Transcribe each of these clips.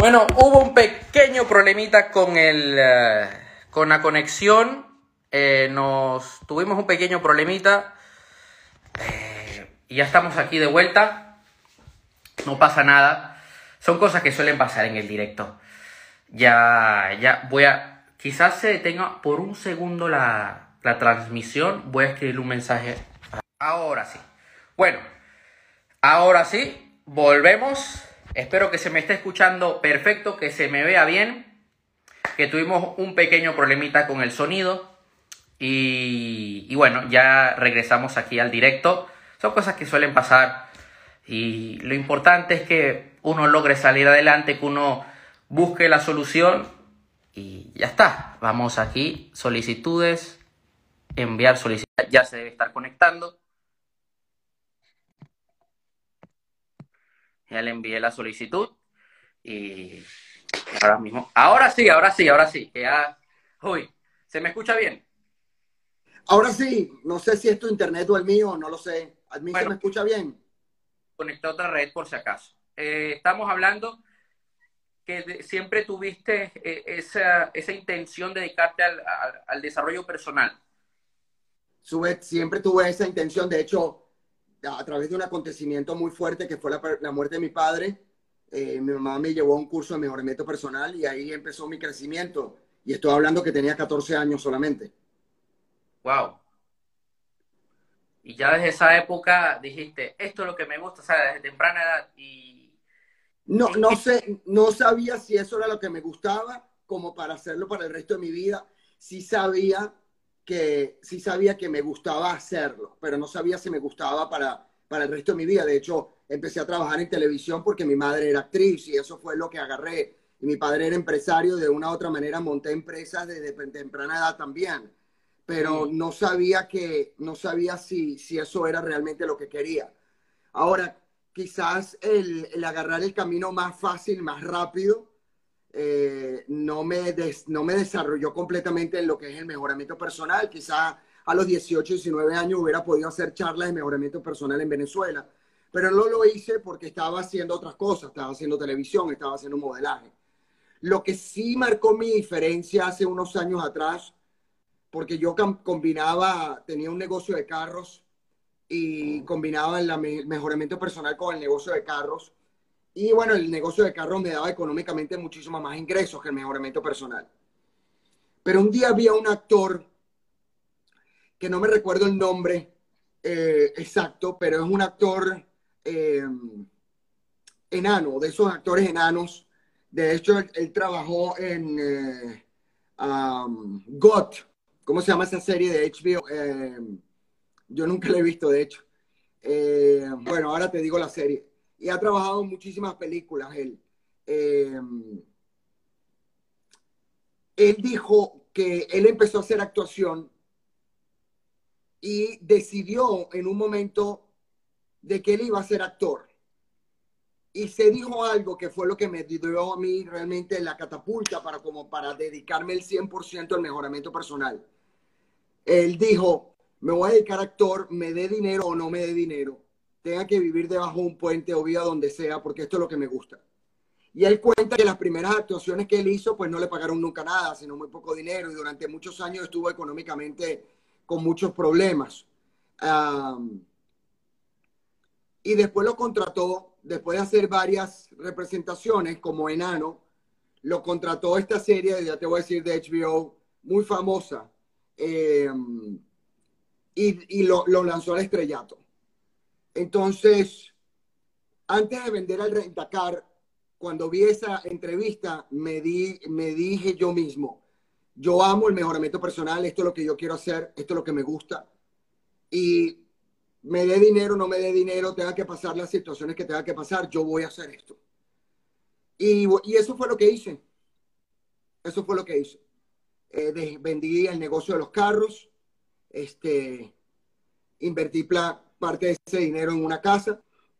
Bueno, hubo un pequeño problemita con con la conexión. Tuvimos un pequeño problemita. Y ya estamos aquí de vuelta. No pasa nada. Son cosas que suelen pasar en el directo. Ya voy a... Quizás se detenga por un segundo la transmisión. Voy a escribir un mensaje. Ahora sí. Bueno, ahora sí. Volvemos. Espero que se me esté escuchando perfecto, que se me vea bien. Que tuvimos un pequeño problemita con el sonido. Y bueno, ya regresamos aquí al directo. Son cosas que suelen pasar. Y lo importante es que uno logre salir adelante, que uno busque la solución. Y ya está. Vamos aquí, solicitudes, enviar solicitud. Ya se debe estar conectando. Ya le envié la solicitud. Y ahora mismo. Ahora sí. Que ya... Uy, ¿se me escucha bien? Ahora sí, no sé si es tu internet o el mío, no lo sé. ¿A mí se Bueno, me escucha bien? conecté a otra red por si acaso. Estamos hablando que siempre tuviste esa intención de dedicarte al desarrollo personal. Siempre tuve esa intención. De hecho, a través de un acontecimiento muy fuerte que fue la muerte de mi padre, mi mamá me llevó a un curso de mejoramiento personal y ahí empezó mi crecimiento. Y estoy hablando que tenía 14 años solamente. Wow. Y ya desde esa época dijiste, esto es lo que me gusta, o sea, desde temprana edad. Y No, ¿en no qué? sé, no sabía si eso era lo que me gustaba como para hacerlo para el resto de mi vida. Sí sabía que me gustaba hacerlo, pero no sabía si me gustaba para el resto de mi vida. De hecho, empecé a trabajar en televisión porque mi madre era actriz y eso fue lo que agarré. Y mi padre era empresario, de una u otra manera monté empresas desde temprana edad también. Pero Mm, no sabía si eso era realmente lo que quería. Ahora, quizás el agarrar el camino más fácil, más rápido, no me desarrolló completamente en lo que es el mejoramiento personal. Quizás a los 18, 19 años hubiera podido hacer charlas de mejoramiento personal en Venezuela, pero no lo hice porque estaba haciendo otras cosas, estaba haciendo televisión, estaba haciendo modelaje. Lo que sí marcó mi diferencia hace unos años atrás, porque yo combinaba, tenía un negocio de carros y combinaba el mejoramiento personal con el negocio de carros. Y bueno, el negocio de carros me daba económicamente muchísimo más ingresos que el mejoramiento personal. Pero un día vi a un actor, que no me recuerdo el nombre exacto, pero es un actor eh, enano, de esos actores enanos. De hecho, él trabajó en GOT. ¿Cómo se llama esa serie de HBO? Yo nunca la he visto, de hecho. Bueno, ahora te digo la serie. Y ha trabajado en muchísimas películas él. Eh, Él dijo que él empezó a hacer actuación y decidió en un momento de que él iba a ser actor. Y se dijo algo que fue lo que me dio a mí realmente la catapulta para dedicarme el 100% al mejoramiento personal. Él dijo, me voy a dedicar a actor, me dé dinero o no me dé dinero, tenga que vivir debajo de un puente o viva donde sea, porque esto es lo que me gusta. Y él cuenta que las primeras actuaciones que él hizo, pues no le pagaron nunca nada, sino muy poco dinero, y durante muchos años estuvo económicamente con muchos problemas. Y después lo contrató, después de hacer varias representaciones como enano, lo contrató esta serie, ya te voy a decir, de HBO, muy famosa, eh, lo lanzó al estrellato. Entonces, antes de vender al Rentacar, cuando vi esa entrevista, me dije yo mismo, yo amo el mejoramiento personal, esto es lo que yo quiero hacer, esto es lo que me gusta. Y me dé dinero, no me dé dinero, tenga que pasar las situaciones que tenga que pasar, yo voy a hacer esto. Y eso fue lo que hice. Eso fue lo que hice. Vendí el negocio de los carros, este, invertí parte de ese dinero en una casa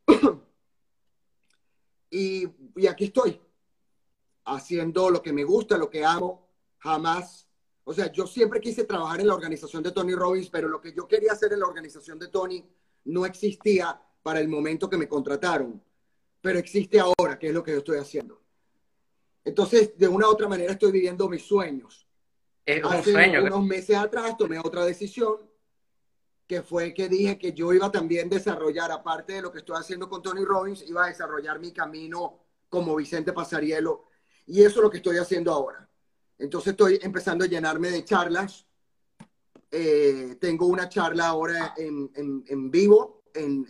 y aquí estoy, haciendo lo que me gusta, lo que amo, jamás. O sea, yo siempre quise trabajar en la organización de Tony Robbins, pero lo que yo quería hacer en la organización de Tony no existía para el momento que me contrataron, pero existe ahora, que es lo que yo estoy haciendo. Entonces, de una u otra manera estoy viviendo mis sueños. Es un Hace sueño. unos meses atrás tomé otra decisión, que fue que dije que yo iba también a desarrollar, aparte de lo que estoy haciendo con Tony Robbins, iba a desarrollar mi camino como Vicente Pasarielo. Y eso es lo que estoy haciendo ahora. Entonces estoy empezando a llenarme de charlas. Tengo una charla ahora en vivo,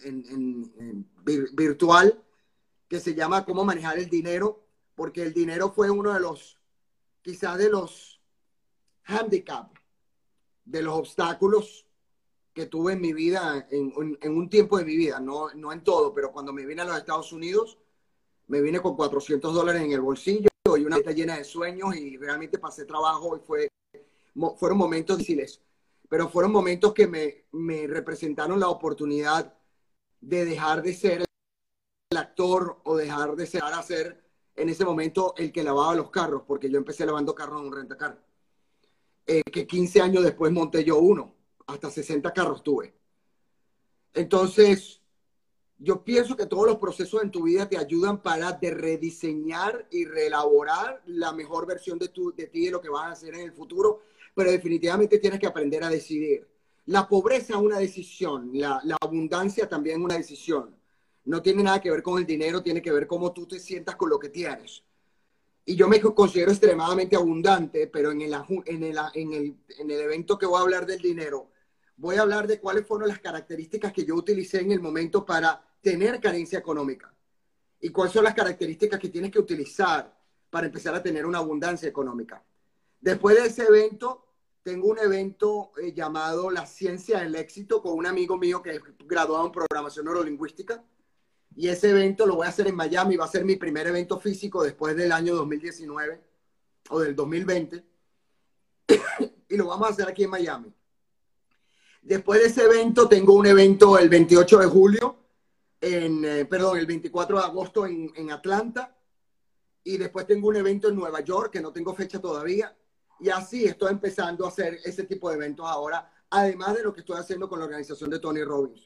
virtual, que se llama Cómo manejar el dinero, porque el dinero fue uno de los, quizás de los handicaps, de los obstáculos que tuve en mi vida, en un tiempo de mi vida, no en todo, pero cuando me vine a los Estados Unidos, me vine con $400 en el bolsillo y una vida llena de sueños y realmente pasé trabajo y fueron momentos difíciles, pero fueron momentos que me representaron la oportunidad de dejar de ser el actor o dejar de ser en ese momento el que lavaba los carros, porque yo empecé lavando carros en un rentacar. Que 15 años después monté yo uno, hasta 60 carros tuve. Entonces, yo pienso que todos los procesos en tu vida te ayudan para de rediseñar y reelaborar la mejor versión de ti y de lo que vas a hacer en el futuro, pero definitivamente tienes que aprender a decidir. La pobreza es una decisión, la abundancia también es una decisión. No tiene nada que ver con el dinero, tiene que ver cómo tú te sientas con lo que tienes. Y yo me considero extremadamente abundante, pero en el evento que voy a hablar del dinero, voy a hablar de cuáles fueron las características que yo utilicé en el momento para tener carencia económica y cuáles son las características que tienes que utilizar para empezar a tener una abundancia económica. Después de ese evento, tengo un evento llamado La Ciencia del Éxito con un amigo mío que es graduado en programación neurolingüística. Y ese evento lo voy a hacer en Miami, va a ser mi primer evento físico después del año 2019 o del 2020. Y lo vamos a hacer aquí en Miami. Después de ese evento tengo un evento el 28 de julio, el 24 de agosto en Atlanta. Y después tengo un evento en Nueva York, que no tengo fecha todavía. Y así estoy empezando a hacer ese tipo de eventos ahora, además de lo que estoy haciendo con la organización de Tony Robbins.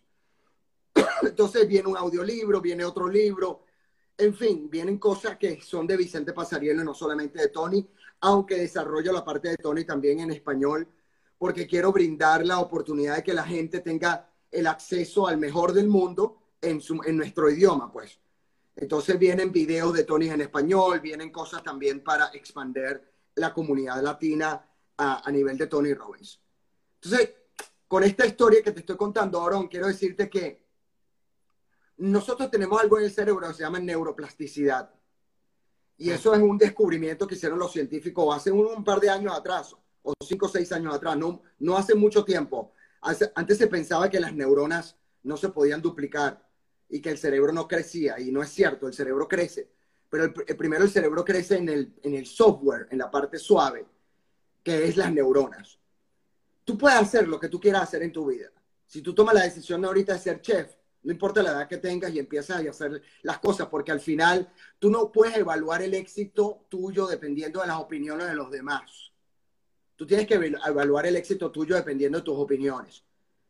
Entonces viene un audiolibro, viene otro libro, en fin, vienen cosas que son de Vicente Pasarielo y no solamente de Tony, aunque desarrollo la parte de Tony también en español, porque quiero brindar la oportunidad de que la gente tenga el acceso al mejor del mundo en nuestro idioma, pues. Entonces vienen videos de Tony en español, vienen cosas también para expandir la comunidad latina a nivel de Tony Robbins. Entonces, con esta historia que te estoy contando, Aaron, quiero decirte que nosotros tenemos algo en el cerebro que se llama neuroplasticidad. Y eso es un descubrimiento que hicieron los científicos hace un par de años atrás, o 5 o 6 años atrás, no hace mucho tiempo. Antes se pensaba que las neuronas no se podían duplicar y que el cerebro no crecía. Y no es cierto, el cerebro crece. Pero primero el cerebro crece en el software, en la parte suave, que es las neuronas. Tú puedes hacer lo que tú quieras hacer en tu vida. Si tú tomas la decisión ahorita de ser chef, no importa la edad que tengas y empiezas a hacer las cosas, porque al final tú no puedes evaluar el éxito tuyo dependiendo de las opiniones de los demás. Tú tienes que evaluar el éxito tuyo dependiendo de tus opiniones.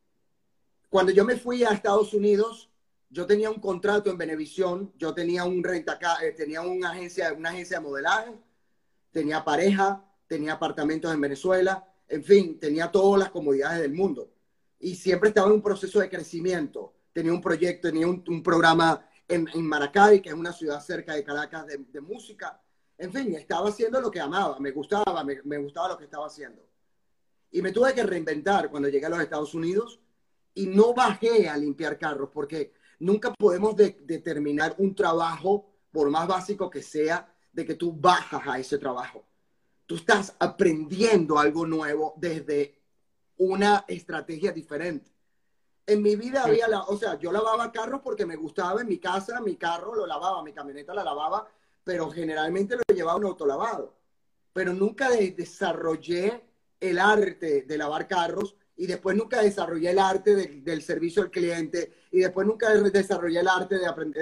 Cuando yo me fui a Estados Unidos, yo tenía un contrato en Venevisión, yo tenía tenía una agencia de modelaje, tenía pareja, tenía apartamentos en Venezuela, en fin, tenía todas las comodidades del mundo. Y siempre estaba en un proceso de crecimiento. Tenía un proyecto, tenía un programa en Maracay, que es una ciudad cerca de Caracas de música. En fin, estaba haciendo lo que amaba, me gustaba lo que estaba haciendo. Y me tuve que reinventar cuando llegué a los Estados Unidos y no bajé a limpiar carros porque nunca podemos determinar un trabajo, por más básico que sea, de que tú bajas a ese trabajo. Tú estás aprendiendo algo nuevo desde una estrategia diferente. En mi vida yo lavaba carros porque me gustaba en mi casa, mi carro lo lavaba, mi camioneta la lavaba, pero generalmente lo llevaba a un autolavado. Pero nunca desarrollé el arte de lavar carros y después nunca desarrollé el arte del servicio al cliente y después nunca desarrollé el arte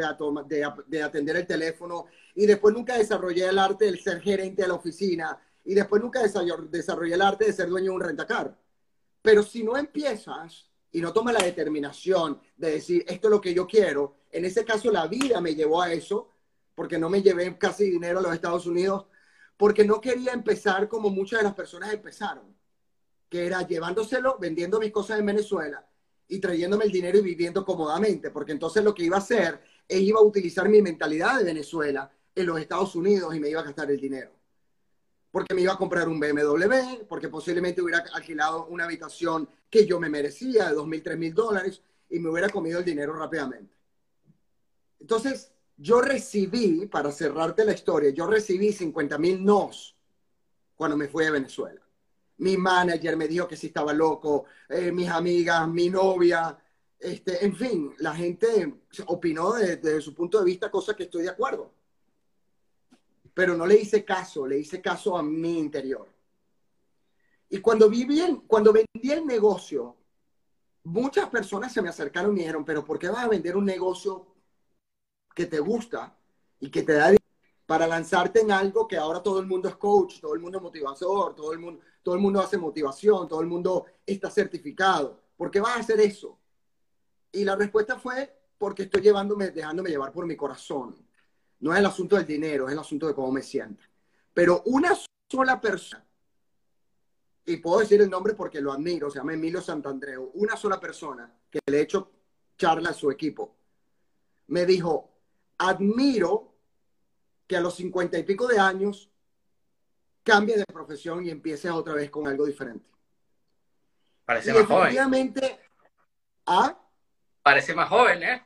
de atender el teléfono y después nunca desarrollé el arte de ser gerente de la oficina y después nunca desarrollé el arte de ser dueño de un rentacar. Pero si no empiezas y no tomas la determinación de decir, esto es lo que yo quiero, en ese caso la vida me llevó a eso, porque no me llevé casi dinero a los Estados Unidos, porque no quería empezar como muchas de las personas empezaron, que era llevándoselo, vendiendo mis cosas en Venezuela y trayéndome el dinero y viviendo cómodamente, porque entonces lo que iba a hacer es iba a utilizar mi mentalidad de Venezuela en los Estados Unidos y me iba a gastar el dinero. Porque me iba a comprar un BMW, porque posiblemente hubiera alquilado una habitación que yo me merecía de $2,000, $3,000 y me hubiera comido el dinero rápidamente. Entonces, yo recibí, para cerrarte la historia, yo recibí 50,000 nos cuando me fui a Venezuela. Mi manager me dijo que sí estaba loco, mis amigas, mi novia, en fin, la gente opinó desde su punto de vista, cosa que estoy de acuerdo. Pero no le hice caso, le hice caso a mi interior. Y cuando vendí el negocio, muchas personas se me acercaron y me dijeron, pero ¿por qué vas a vender un negocio que te gusta y que te da dinero para lanzarte en algo que ahora todo el mundo es coach, todo el mundo es motivador, todo el mundo hace motivación, todo el mundo está certificado? ¿Por qué vas a hacer eso? Y la respuesta fue, porque estoy dejándome llevar por mi corazón. No es el asunto del dinero, es el asunto de cómo me siento. Pero una sola persona, y puedo decir el nombre porque lo admiro, se llama Emilio Santandreu, una sola persona que le he hecho charla a su equipo, me dijo, admiro que a los 50 y pico de años cambie de profesión y empieces otra vez con algo diferente. Parece Y más joven. definitivamente, ¿ah? Parece más joven, ¿eh?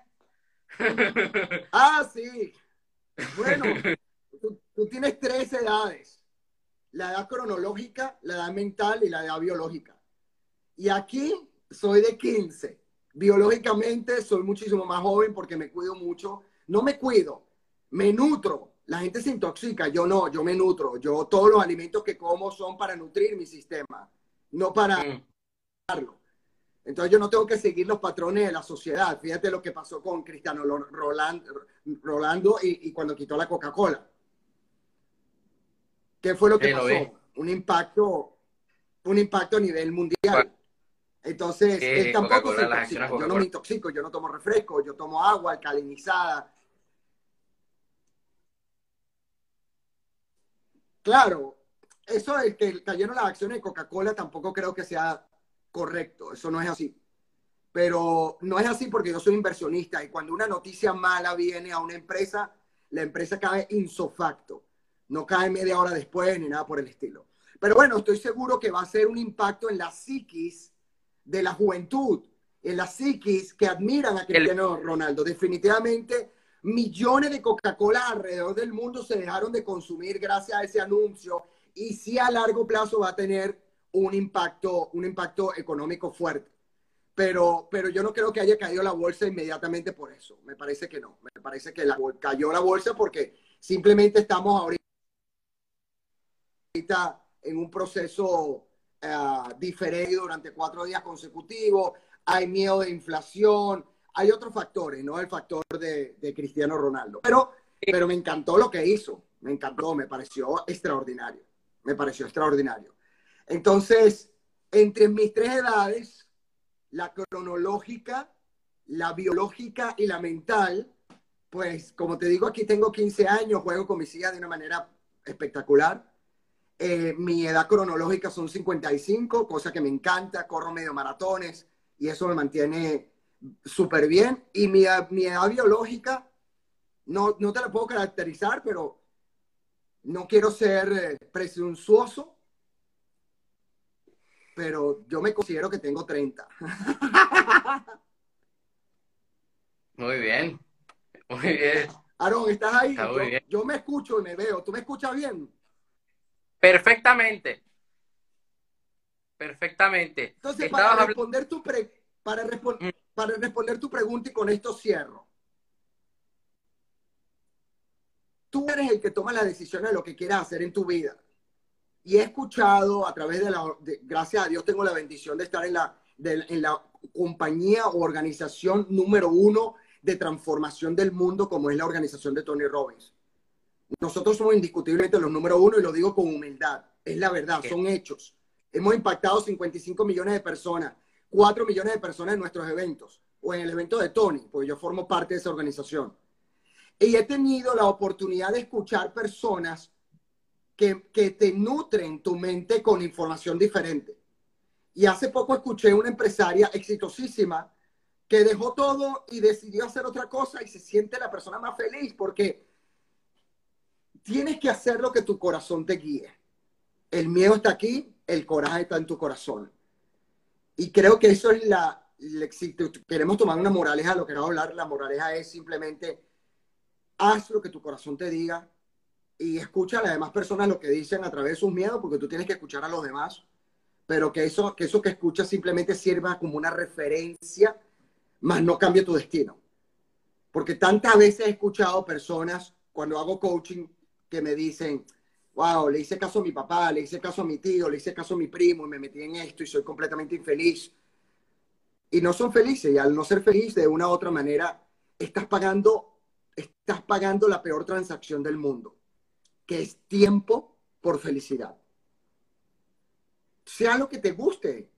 Ah, sí. Bueno, tú tienes 3 edades. La edad cronológica, la edad mental y la edad biológica. Y aquí soy de 15. Biológicamente soy muchísimo más joven porque me cuido mucho. No me cuido, me nutro. La gente se intoxica, yo no, yo me nutro. Yo todos los alimentos que como son para nutrir mi sistema, no para darlo. Entonces yo no tengo que seguir los patrones de la sociedad. Fíjate lo que pasó con Cristiano Rolando y cuando quitó la Coca-Cola. ¿Qué fue lo que Sí, lo vi. pasó? Un impacto a nivel mundial. Entonces, él Sí, tampoco se Coca-Cola, las acciones intoxica. de Yo no me Coca-Cola. intoxico, yo no tomo refresco, yo tomo agua alcalinizada. Claro, eso de que cayeron las acciones de Coca-Cola tampoco creo que sea correcto. Eso no es así. Pero no es así porque yo soy inversionista y cuando una noticia mala viene a una empresa, la empresa cae insofacto. No cae media hora después ni nada por el estilo. Pero bueno, estoy seguro que va a ser un impacto en la psiquis de la juventud, en la psiquis que admiran a El, Cristiano Ronaldo. Definitivamente, millones de Coca-Cola alrededor del mundo se dejaron de consumir gracias a ese anuncio y sí a largo plazo va a tener un impacto económico fuerte. Pero yo no creo que haya caído la bolsa inmediatamente por eso. Me parece que no. Me parece que cayó la bolsa porque simplemente estamos ahorita en un proceso diferente durante 4 días consecutivos. Hay miedo de inflación. Hay otros factores, ¿no? El factor de Cristiano Ronaldo. Pero me encantó lo que hizo. Me encantó, me pareció extraordinario. Me pareció extraordinario. Entonces, entre mis 3 edades, la cronológica, la biológica y la mental, pues como te digo, aquí tengo 15 años, juego con mis hijas de una manera espectacular. Mi edad cronológica son 55, cosa que me encanta, corro medio maratones y eso me mantiene súper bien. Y mi edad biológica, no te la puedo caracterizar, pero no quiero ser presuntuoso, pero yo me considero que tengo 30. muy bien, muy bien. Aaron, ¿estás ahí? Está muy bien. Yo me escucho y me veo. ¿Tú me escuchas bien? Perfectamente, perfectamente. Entonces, Estabas hablando. para responder tu pregunta y con esto cierro. Tú eres el que toma la decisión de lo que quieras hacer en tu vida. Y he escuchado a través gracias a Dios tengo la bendición de estar en la compañía o organización número 1 de transformación del mundo como es la organización de Tony Robbins. Nosotros somos indiscutiblemente los número 1 y lo digo con humildad. Es la verdad, son hechos. Hemos impactado 55 millones de personas, 4 millones de personas en nuestros eventos o en el evento de Tony, porque yo formo parte de esa organización. Y he tenido la oportunidad de escuchar personas que te nutren tu mente con información diferente. Y hace poco escuché una empresaria exitosísima que dejó todo y decidió hacer otra cosa y se siente la persona más feliz porque tienes que hacer lo que tu corazón te guíe. El miedo está aquí, el coraje está en tu corazón. Y creo que eso es si queremos tomar una moraleja, lo que vamos a hablar, la moraleja es simplemente haz lo que tu corazón te diga y escucha a las demás personas lo que dicen a través de sus miedos, porque tú tienes que escuchar a los demás, pero que eso que escuchas simplemente sirva como una referencia, más no cambie tu destino. Porque tantas veces he escuchado personas cuando hago coaching que me dicen, wow, le hice caso a mi papá, le hice caso a mi tío, le hice caso a mi primo y me metí en esto y soy completamente infeliz. Y no son felices, y al no ser feliz de una u otra manera, estás pagando la peor transacción del mundo, que es tiempo por felicidad. Sea lo que te guste.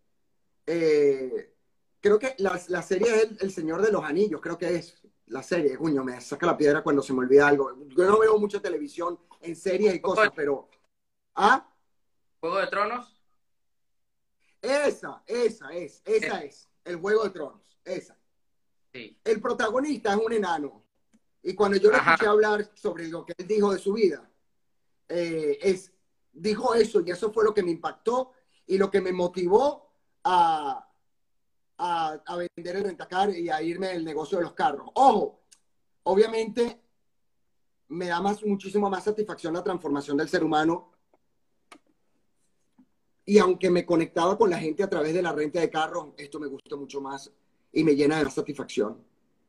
Creo que la serie es el Señor de los Anillos, creo que es la serie. Coño, me saca la piedra cuando se me olvida algo. Yo no veo mucha televisión en series y ¿Juego de, cosas, pero... Ah, Juego de Tronos? esa es. El Juego de Tronos, esa. Sí. El protagonista es un enano. Y cuando yo le Ajá. escuché hablar sobre lo que él dijo de su vida, dijo eso y eso fue lo que me impactó y lo que me motivó a vender el rentacar y a irme del negocio de los carros. Ojo, obviamente me da muchísimo más satisfacción la transformación del ser humano y aunque me conectaba con la gente a través de la renta de carros, esto me gusta mucho más y me llena de más satisfacción.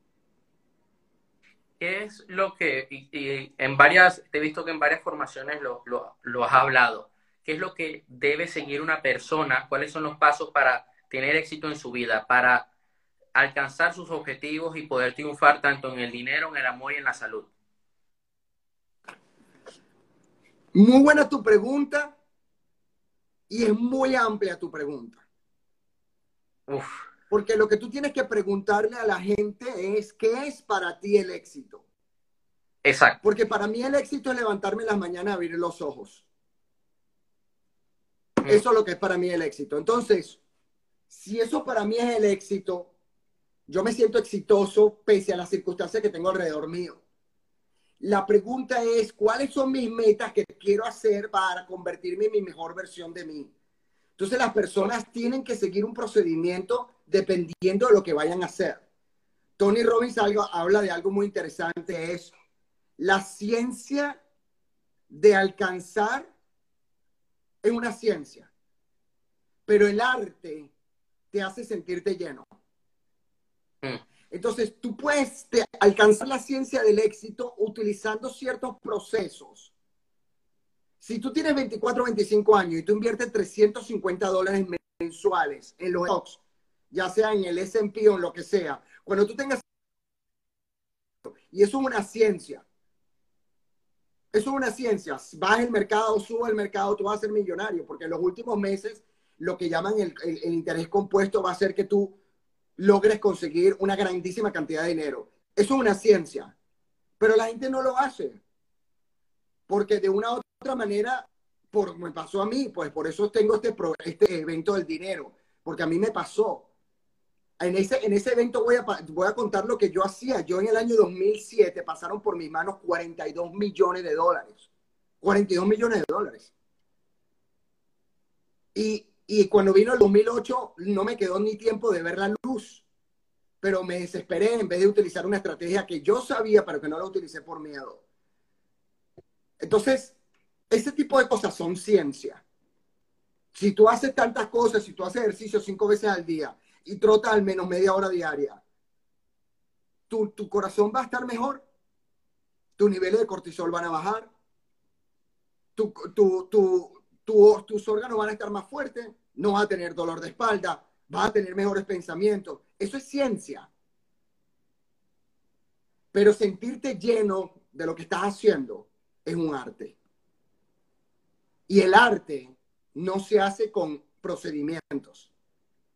¿Qué es lo que, y en varias, te he visto que en varias formaciones lo has hablado, qué es lo que debe seguir una persona, cuáles son los pasos para tener éxito en su vida, para alcanzar sus objetivos y poder triunfar tanto en el dinero, en el amor y en la salud? Muy buena tu pregunta y es muy amplia tu pregunta. Uf, Porque lo que tú tienes que preguntarle a la gente es, ¿qué es para ti el éxito? exacto. Porque para mí el éxito es levantarme en las mañanas y abrir los ojos. Eso es lo que es para mí el éxito. Entonces, si eso para mí es el éxito, yo me siento exitoso pese a las circunstancias que tengo alrededor mío. La pregunta es, ¿cuáles son mis metas que quiero hacer para convertirme en mi mejor versión de mí? Entonces las personas tienen que seguir un procedimiento dependiendo de lo que vayan a hacer. Tony Robbins habla de algo muy interesante, es la ciencia de alcanzar es una ciencia, pero el arte te hace sentirte lleno. Entonces, tú puedes alcanzar la ciencia del éxito utilizando ciertos procesos. Si tú tienes 24 o 25 años y tú inviertes $350 mensuales en los stocks, ya sea en el S&P o en lo que sea, cuando tú tengas... Y eso es una ciencia. Eso es una ciencia. Baja el mercado, sube el mercado, tú vas a ser millonario, porque en los últimos meses lo que llaman el interés compuesto va a hacer que tú logres conseguir una grandísima cantidad de dinero. Eso es una ciencia, pero la gente no lo hace, porque de una u otra manera, me pasó a mí, pues por eso tengo este evento del dinero, porque a mí me pasó. En ese evento voy a contar lo que yo hacía. Yo en el año 2007 pasaron por mis manos $42 millones. $42 millones. Y cuando vino el 2008 no me quedó ni tiempo de ver la luz, pero me desesperé en vez de utilizar una estrategia que yo sabía, pero que no la utilicé por miedo. Entonces, ese tipo de cosas son ciencia. Si tú haces tantas cosas, si tú haces ejercicio 5 veces al día y trotas al menos media hora diaria, tu corazón va a estar mejor, tus niveles de cortisol van a bajar, tus órganos van a estar más fuertes, no vas a tener dolor de espalda, vas a tener mejores pensamientos. Eso es ciencia. Pero sentirte lleno de lo que estás haciendo es un arte. Y el arte no se hace con procedimientos.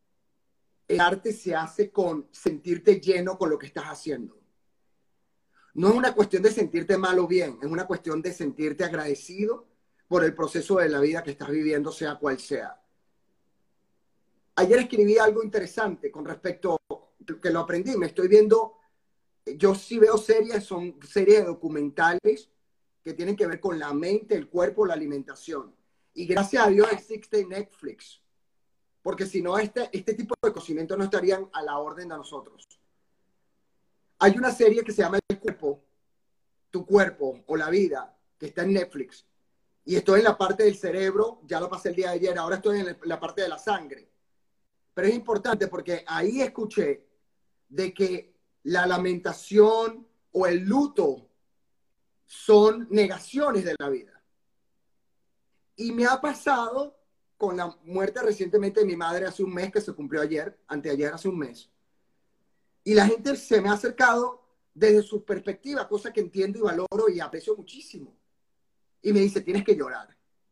El arte se hace con sentirte lleno con lo que estás haciendo. no es una cuestión de sentirte mal o bien, es una cuestión de sentirte agradecido por el proceso de la vida que estás viviendo, sea cual sea. Ayer escribí algo interesante con respecto, que lo aprendí, me estoy viendo, yo sí veo series, son series documentales que tienen que ver con la mente, el cuerpo, la alimentación. Y gracias a Dios existe Netflix, porque si no, este tipo de conocimientos no estarían a la orden de nosotros. Hay una serie que se llama El Cuerpo, Tu Cuerpo o La Vida, que está en Netflix. Y estoy en la parte del cerebro, ya lo pasé el día de ayer, ahora estoy en la parte de la sangre. Pero es importante porque ahí escuché de que la lamentación o el luto son negaciones de la vida. Y me ha pasado con la muerte recientemente de mi madre hace un mes, que se cumplió ayer, anteayer, hace un mes. Y la gente se me ha acercado desde su perspectiva, cosa que entiendo y valoro y aprecio muchísimo. Y me dice, tienes que llorar.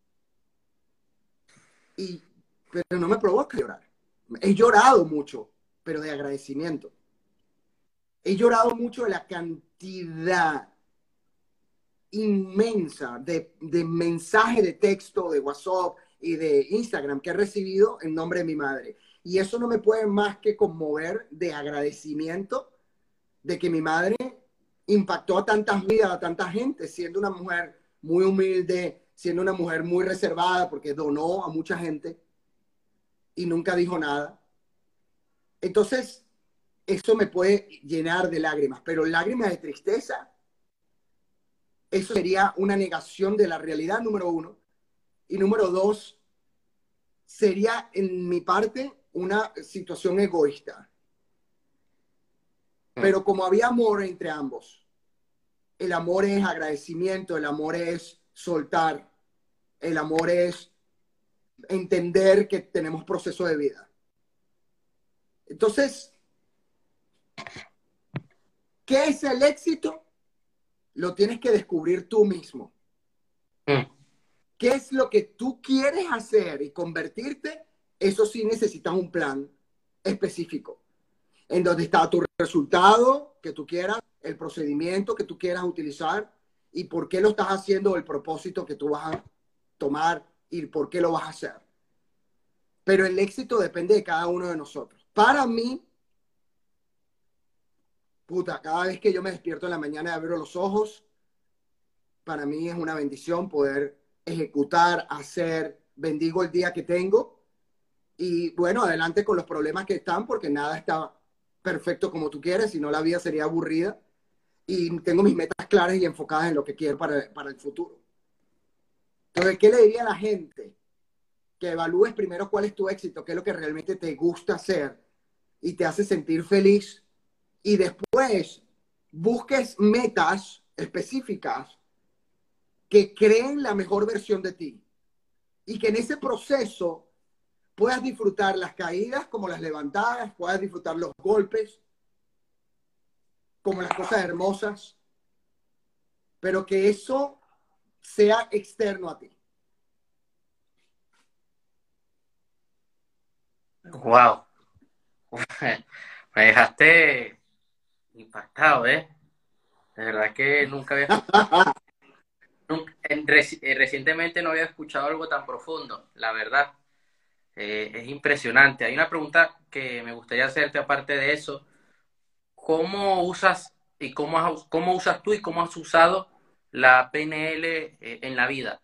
Pero no me provoca llorar. He llorado mucho, pero de agradecimiento. He llorado mucho de la cantidad inmensa de mensajes de texto, de WhatsApp y de Instagram que he recibido en nombre de mi madre. Y eso no me puede más que conmover de agradecimiento de que mi madre impactó a tantas vidas, a tanta gente, siendo una mujer muy humilde, siendo una mujer muy reservada, porque donó a mucha gente y nunca dijo nada. Entonces, eso me puede llenar de lágrimas, pero lágrimas de tristeza, eso sería una negación de la realidad, número uno. Y número dos, sería en mi parte una situación egoísta. Pero como había amor entre ambos, el amor es agradecimiento, el amor es soltar, el amor es entender que tenemos proceso de vida. Entonces, ¿qué es el éxito? Lo tienes que descubrir tú mismo. ¿Qué es lo que tú quieres hacer y convertirte? Eso sí necesitas un plan específico, en donde está tu resultado que tú quieras, el procedimiento que tú quieras utilizar y por qué lo estás haciendo, el propósito que tú vas a tomar y por qué lo vas a hacer. Pero el éxito depende de cada uno de nosotros. Para mí, puta, cada vez que yo me despierto en la mañana y abro los ojos, para mí es una bendición poder ejecutar, hacer, bendigo el día que tengo y bueno, adelante con los problemas que están porque nada está perfecto como tú quieres, si no la vida sería aburrida y tengo mis metas claras y enfocadas en lo que quiero para el futuro. Entonces, ¿qué le diría a la gente? Que evalúes primero cuál es tu éxito, qué es lo que realmente te gusta hacer y te hace sentir feliz y después busques metas específicas que creen la mejor versión de ti y que en ese proceso puedas disfrutar las caídas como las levantadas, puedas disfrutar los golpes como las cosas hermosas, pero que eso sea externo a ti. Wow. Me dejaste impactado, ¿eh? De verdad que nunca había escuchado, recientemente no había escuchado algo tan profundo, la verdad. Es impresionante. Hay una pregunta que me gustaría hacerte aparte de eso. ¿Cómo usas y cómo usas tú y cómo has usado la PNL en la vida?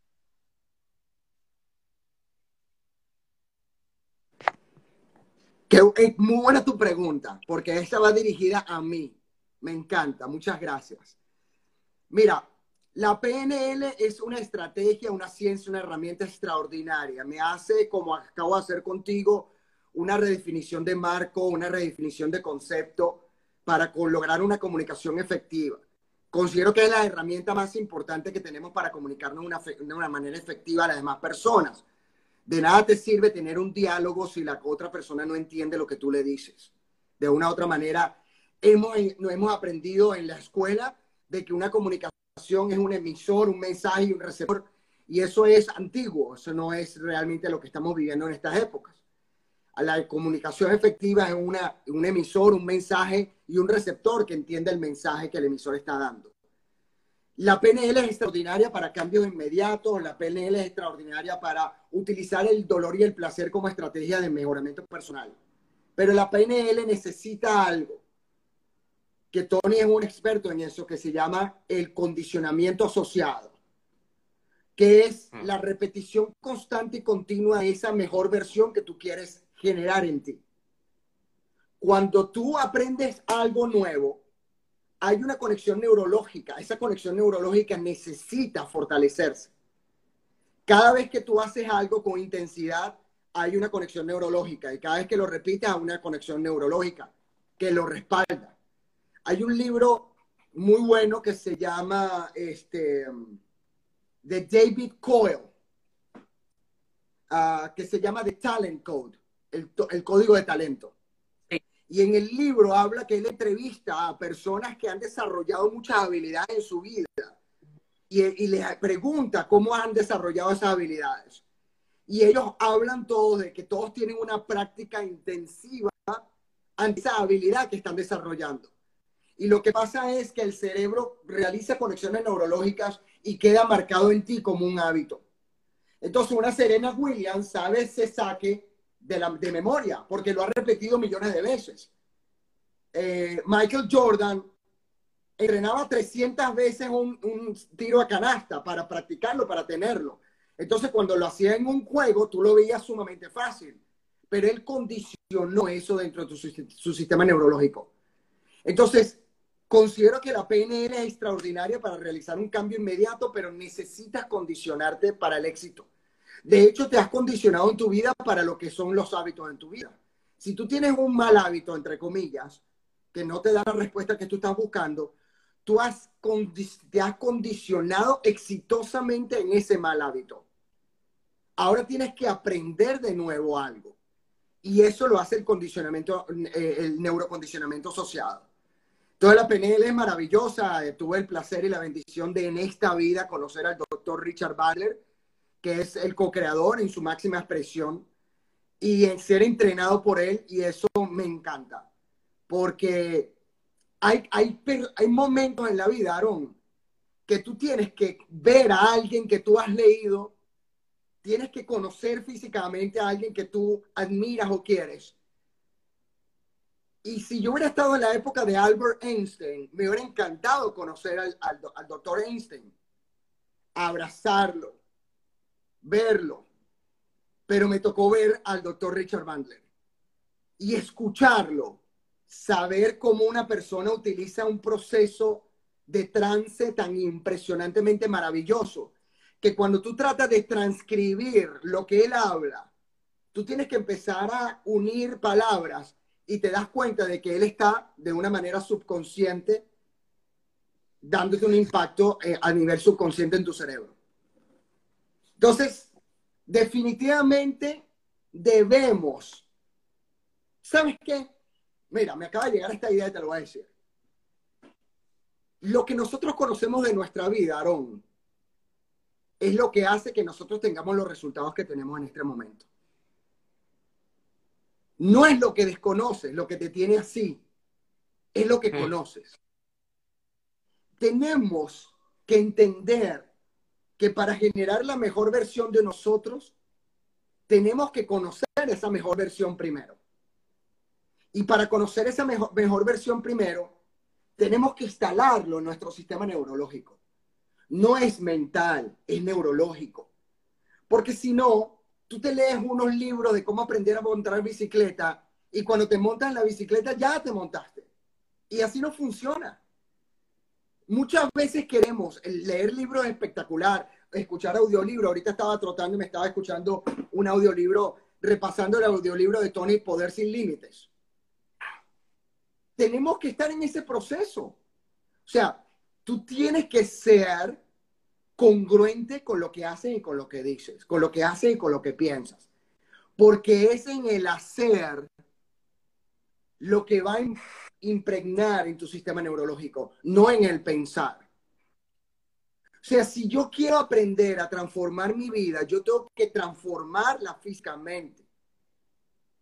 Es muy buena tu pregunta, porque esta va dirigida a mí. Me encanta, muchas gracias. Mira, la PNL es una estrategia, una ciencia, una herramienta extraordinaria. Me hace, como acabo de hacer contigo, una redefinición de marco, una redefinición de concepto para lograr una comunicación efectiva. Considero que es la herramienta más importante que tenemos para comunicarnos de una manera efectiva a las demás personas. De nada te sirve tener un diálogo si la otra persona no entiende lo que tú le dices. De una u otra manera, hemos aprendido en la escuela de que una comunicación es un emisor, un mensaje y un receptor, y eso es antiguo, eso no es realmente lo que estamos viviendo en estas épocas. La comunicación efectiva es un emisor, un mensaje y un receptor que entiende el mensaje que el emisor está dando. La PNL es extraordinaria para cambios inmediatos, la PNL es extraordinaria para utilizar el dolor y el placer como estrategia de mejoramiento personal. Pero la PNL necesita algo, que Tony es un experto en eso, que se llama el condicionamiento asociado, que es la repetición constante y continua de esa mejor versión que tú quieres generar en ti. Cuando tú aprendes algo nuevo, hay una conexión neurológica. Esa conexión neurológica necesita fortalecerse. Cada vez que tú haces algo con intensidad, hay una conexión neurológica. Y cada vez que lo repites, hay una conexión neurológica que lo respalda. Hay un libro muy bueno que se llama de David Coyle, que se llama The Talent Code, el código de talento. Y en el libro habla que él entrevista a personas que han desarrollado muchas habilidades en su vida y les pregunta cómo han desarrollado esas habilidades. Y ellos hablan todos de que todos tienen una práctica intensiva ante esa habilidad que están desarrollando. Y lo que pasa es que el cerebro realiza conexiones neurológicas y queda marcado en ti como un hábito. Entonces una Serena Williams sabe ese saque de memoria, porque lo ha repetido millones de veces. Michael Jordan entrenaba 300 veces un tiro a canasta para practicarlo, para tenerlo. Entonces cuando lo hacía en un juego, tú lo veías sumamente fácil, pero él condicionó eso dentro de su sistema neurológico. Entonces, considero que la PNL es extraordinaria para realizar un cambio inmediato, pero necesitas condicionarte para el éxito. De hecho, te has condicionado en tu vida para lo que son los hábitos en tu vida. Si tú tienes un mal hábito, entre comillas, que no te da la respuesta que tú estás buscando, te has condicionado exitosamente en ese mal hábito. Ahora tienes que aprender de nuevo algo. Y eso lo hace el neurocondicionamiento asociado. Toda la PNL es maravillosa. Tuve el placer y la bendición de en esta vida conocer al doctor Richard Bandler, que es el co-creador en su máxima expresión, y en ser entrenado por él, y eso me encanta. Porque hay momentos en la vida, Aaron, que tú tienes que ver a alguien que tú has leído, tienes que conocer físicamente a alguien que tú admiras o quieres. Y si yo hubiera estado en la época de Albert Einstein, me hubiera encantado conocer al doctor Einstein, abrazarlo, verlo, pero me tocó ver al doctor Richard Bandler y escucharlo, saber cómo una persona utiliza un proceso de trance tan impresionantemente maravilloso, que cuando tú tratas de transcribir lo que él habla, tú tienes que empezar a unir palabras y te das cuenta de que él está de una manera subconsciente dándote un impacto a nivel subconsciente en tu cerebro. Entonces, definitivamente debemos. ¿Sabes qué? Mira, me acaba de llegar esta idea y te lo voy a decir. Lo que nosotros conocemos de nuestra vida, Aarón, es lo que hace que nosotros tengamos los resultados que tenemos en este momento. No es lo que desconoces, lo que te tiene así, es lo que conoces. Tenemos que entender que para generar la mejor versión de nosotros, tenemos que conocer esa mejor versión primero. Y para conocer esa mejor versión primero, tenemos que instalarlo en nuestro sistema neurológico. No es mental, es neurológico. Porque si no, tú te lees unos libros de cómo aprender a montar bicicleta y cuando te montas en la bicicleta ya te montaste. Y así no funciona. Muchas veces queremos leer libros espectacular, escuchar audiolibros. Ahorita estaba trotando y me estaba escuchando un audiolibro, repasando el audiolibro de Tony, Poder sin Límites. Tenemos que estar en ese proceso. O sea, tú tienes que ser congruente con lo que haces y con lo que dices, con lo que haces y con lo que piensas. Porque es en el hacer lo que va a impregnar en tu sistema neurológico, no en el pensar. O sea, si yo quiero aprender a transformar mi vida, yo tengo que transformarla físicamente.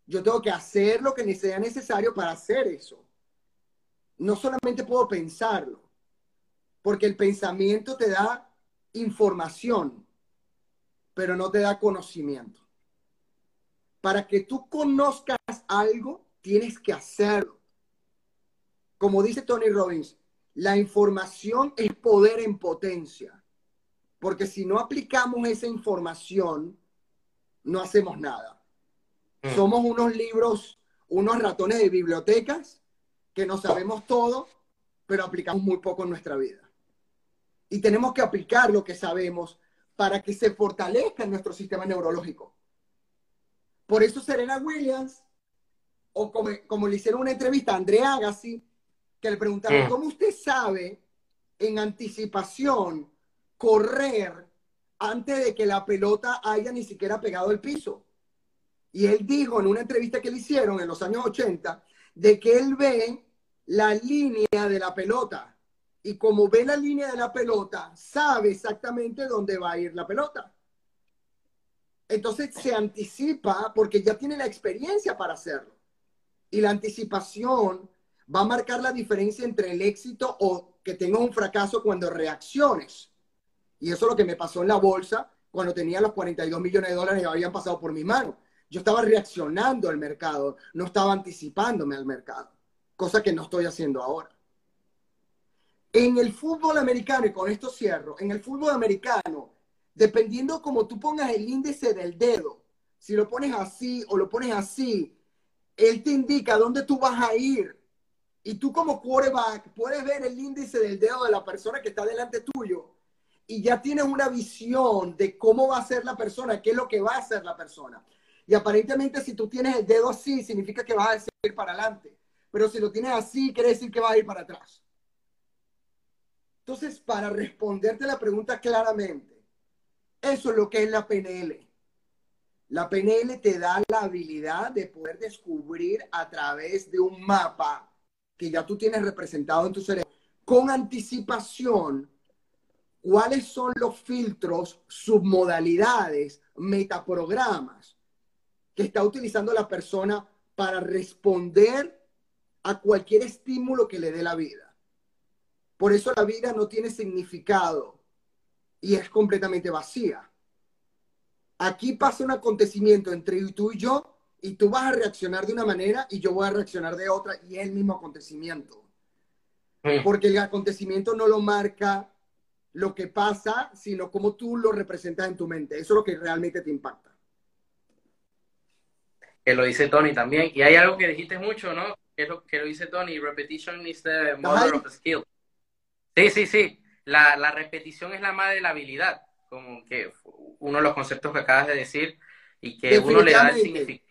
Yo tengo que hacer lo que sea necesario para hacer eso. No solamente puedo pensarlo, porque el pensamiento te da información, pero no te da conocimiento. Para que tú conozcas algo, tienes que hacerlo. Como dice Tony Robbins, la información es poder en potencia, porque si no aplicamos esa información, no hacemos nada. Mm. Somos unos libros, unos ratones de bibliotecas que no sabemos todo, pero aplicamos muy poco en nuestra vida. Y tenemos que aplicar lo que sabemos para que se fortalezca en nuestro sistema neurológico. Por eso Serena Williams, o como le hicieron una entrevista a Andrea Agassi, que le preguntaron, Mm. ¿cómo usted sabe en anticipación correr antes de que la pelota haya ni siquiera pegado el piso? Y él dijo en una entrevista que le hicieron en los años 80, de que él ve la línea de la pelota. Y como ve la línea de la pelota, sabe exactamente dónde va a ir la pelota. Entonces se anticipa porque ya tiene la experiencia para hacerlo. Y la anticipación va a marcar la diferencia entre el éxito o que tengas un fracaso cuando reacciones. Y eso es lo que me pasó en la bolsa cuando tenía los 42 millones de dólares que habían pasado por mi mano. Yo estaba reaccionando al mercado, no estaba anticipándome al mercado, cosa que no estoy haciendo ahora. En el fútbol americano, y con esto cierro, en el fútbol americano, dependiendo como tú pongas el índice del dedo, si lo pones así o lo pones así, él te indica dónde tú vas a ir. Y tú como quarterback puedes ver el índice del dedo de la persona que está delante tuyo y ya tienes una visión de cómo va a ser la persona, qué es lo que va a hacer la persona. Y aparentemente si tú tienes el dedo así, significa que vas a ir para adelante. Pero si lo tienes así, quiere decir que vas a ir para atrás. Entonces, para responderte la pregunta claramente, eso es lo que es la PNL. La PNL te da la habilidad de poder descubrir a través de un mapa que ya tú tienes representado en tu cerebro con anticipación cuáles son los filtros, submodalidades, metaprogramas que está utilizando la persona para responder a cualquier estímulo que le dé la vida. Por eso la vida no tiene significado y es completamente vacía. Aquí pasa un acontecimiento entre tú y yo y tú vas a reaccionar de una manera y yo voy a reaccionar de otra y es el mismo acontecimiento. Mm. Porque el acontecimiento no lo marca lo que pasa, sino cómo tú lo representas en tu mente. Eso es lo que realmente te impacta. Que lo dice Tony también. Y hay algo que dijiste mucho, ¿no? Que es lo que lo dice Tony, repetition is the ¿Estás mother ahí? of skill. Sí, sí, sí. La repetición es la madre de la habilidad, como que uno de los conceptos que acabas de decir y que Definitivamente.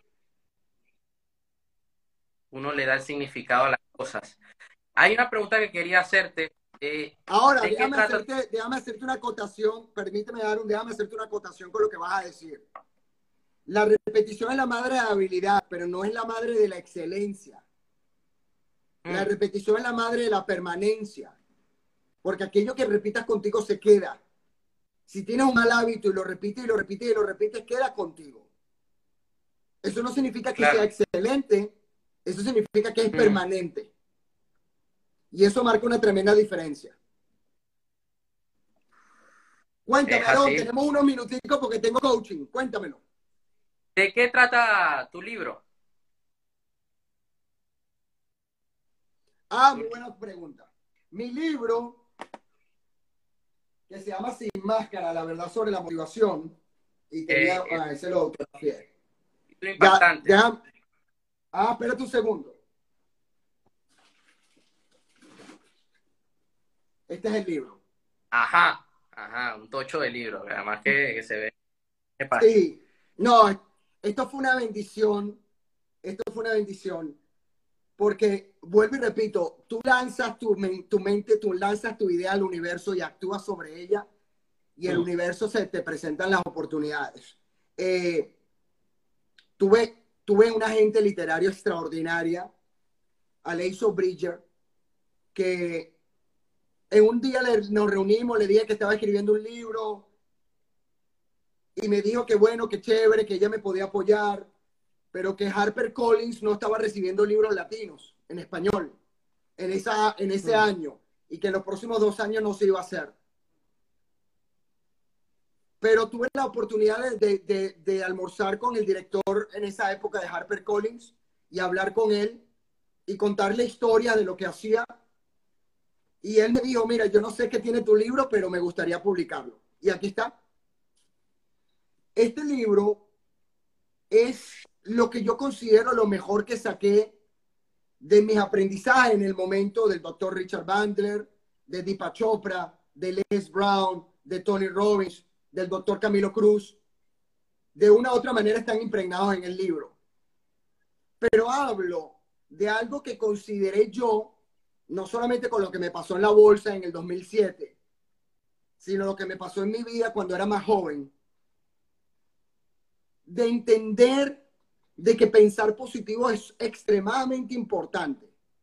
uno le da el significado a las cosas. Hay una pregunta que quería hacerte. Ahora, ¿De qué trata? déjame hacerte una acotación, permíteme déjame hacerte una acotación con lo que vas a decir. La repetición es la madre de la habilidad, pero no es la madre de la excelencia. La Mm, repetición es la madre de la permanencia, porque aquello que repitas contigo se queda. Si tienes un mal hábito y lo repites y lo repites y lo repites, queda contigo. Eso no significa que sea claro. excelente, eso significa que es Mm, permanente. Y eso marca una tremenda diferencia. Cuéntame, es Aarón, así. tenemos unos minuticos porque tengo coaching. Cuéntamelo. ¿De qué trata tu libro? Ah, muy buena pregunta. Mi libro, que se llama Sin Máscara, la verdad sobre la motivación, y tenía, Es ese lo autografié. un libro Ya, impactante. ya. Ah, espérate un segundo. Este es el libro. Ajá, ajá, un tocho de libro, además que se ve. Epa. Sí. No, esto fue una bendición. Esto fue una bendición. Porque, vuelvo y repito, tú lanzas tu mente, tú lanzas tu idea al universo y actúas sobre ella y el Mm, universo se te presentan las oportunidades. Eh, tuve una agente literaria extraordinaria, Aleiso Bridger, que en un día nos reunimos, le dije que estaba escribiendo un libro y me dijo que bueno, que chévere, que ella me podía apoyar. pero que HarperCollins no estaba recibiendo libros latinos en español en ese año, y que en los próximos 2 años no se iba a hacer. Pero tuve la oportunidad de almorzar con el director en esa época de HarperCollins y hablar con él y contarle historia de lo que hacía. Y él me dijo, mira, yo no sé qué tiene tu libro, pero me gustaría publicarlo. Y aquí está. Este libro es lo que yo considero lo mejor que saqué de mis aprendizajes en el momento del doctor Richard Bandler, de Deepak Chopra, de Les Brown, de Tony Robbins, del doctor Camilo Cruz. De una u otra manera están impregnados en el libro. Pero hablo de algo que consideré yo, no solamente con lo que me pasó en la bolsa en el 2007, sino lo que me pasó en mi vida cuando era más joven, de entender de que pensar positivo es extremadamente importante.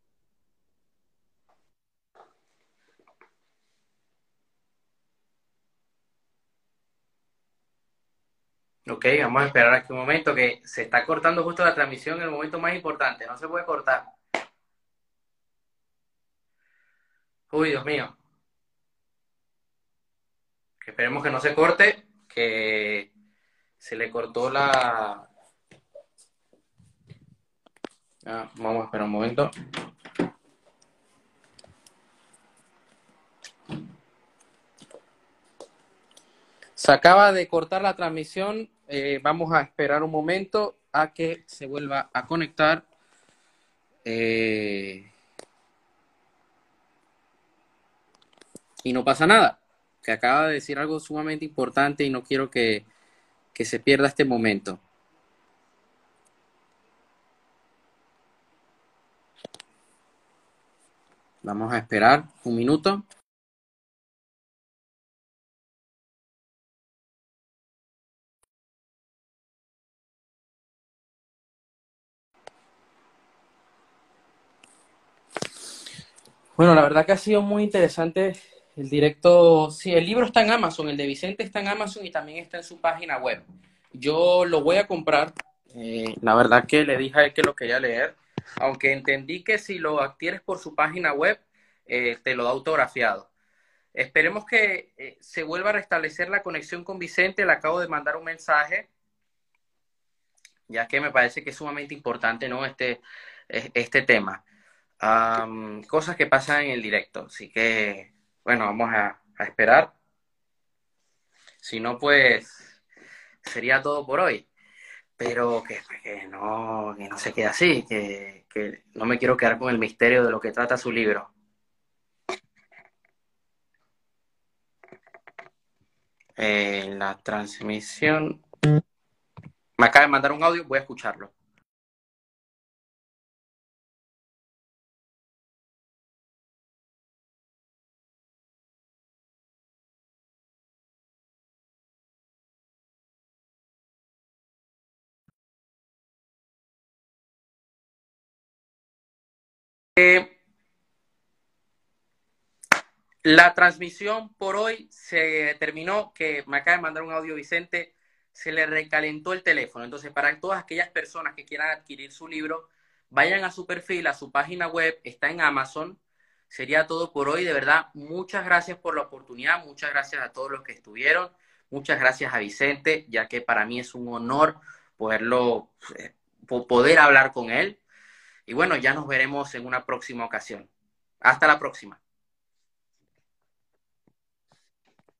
Ok, vamos a esperar aquí un momento que se está cortando justo la transmisión en el momento más importante. No se puede cortar. Uy, Dios mío. Que esperemos que no se corte, que se le cortó la... Ah, vamos a esperar un momento. Se acaba de cortar la transmisión. Vamos a esperar un momento a que se vuelva a conectar. Y no pasa nada. Que acaba de decir algo sumamente importante y no quiero que se pierda este momento. Vamos a esperar un minuto. Bueno, la verdad que ha sido muy interesante el directo. Sí, el libro está en Amazon, el de Vicente está en Amazon y también está en su página web. Yo lo voy a comprar. La verdad que le dije a él que lo quería leer, aunque entendí que si lo adquieres por su página web, te lo da autografiado. Esperemos que se vuelva a restablecer la conexión con Vicente. Le acabo de mandar un mensaje, ya que me parece que es sumamente importante, ¿no? Este tema. Cosas que pasan en el directo. Así que, bueno, vamos a esperar. Si no, pues sería todo por hoy. Pero que no se quede así, que no me quiero quedar con el misterio de lo que trata su libro. La transmisión. Me acaba de mandar un audio, voy a escucharlo. La transmisión por hoy se terminó, que me acaba de mandar un audio Vicente, se le recalentó el teléfono. Entonces, para todas aquellas personas que quieran adquirir su libro, vayan a su perfil, a su página web, está en Amazon. Sería todo por hoy, de verdad. Muchas gracias por la oportunidad, muchas gracias a todos los que estuvieron, muchas gracias a Vicente, ya que para mí es un honor poder hablar con él. Y bueno, ya nos veremos en una próxima ocasión. Hasta la próxima.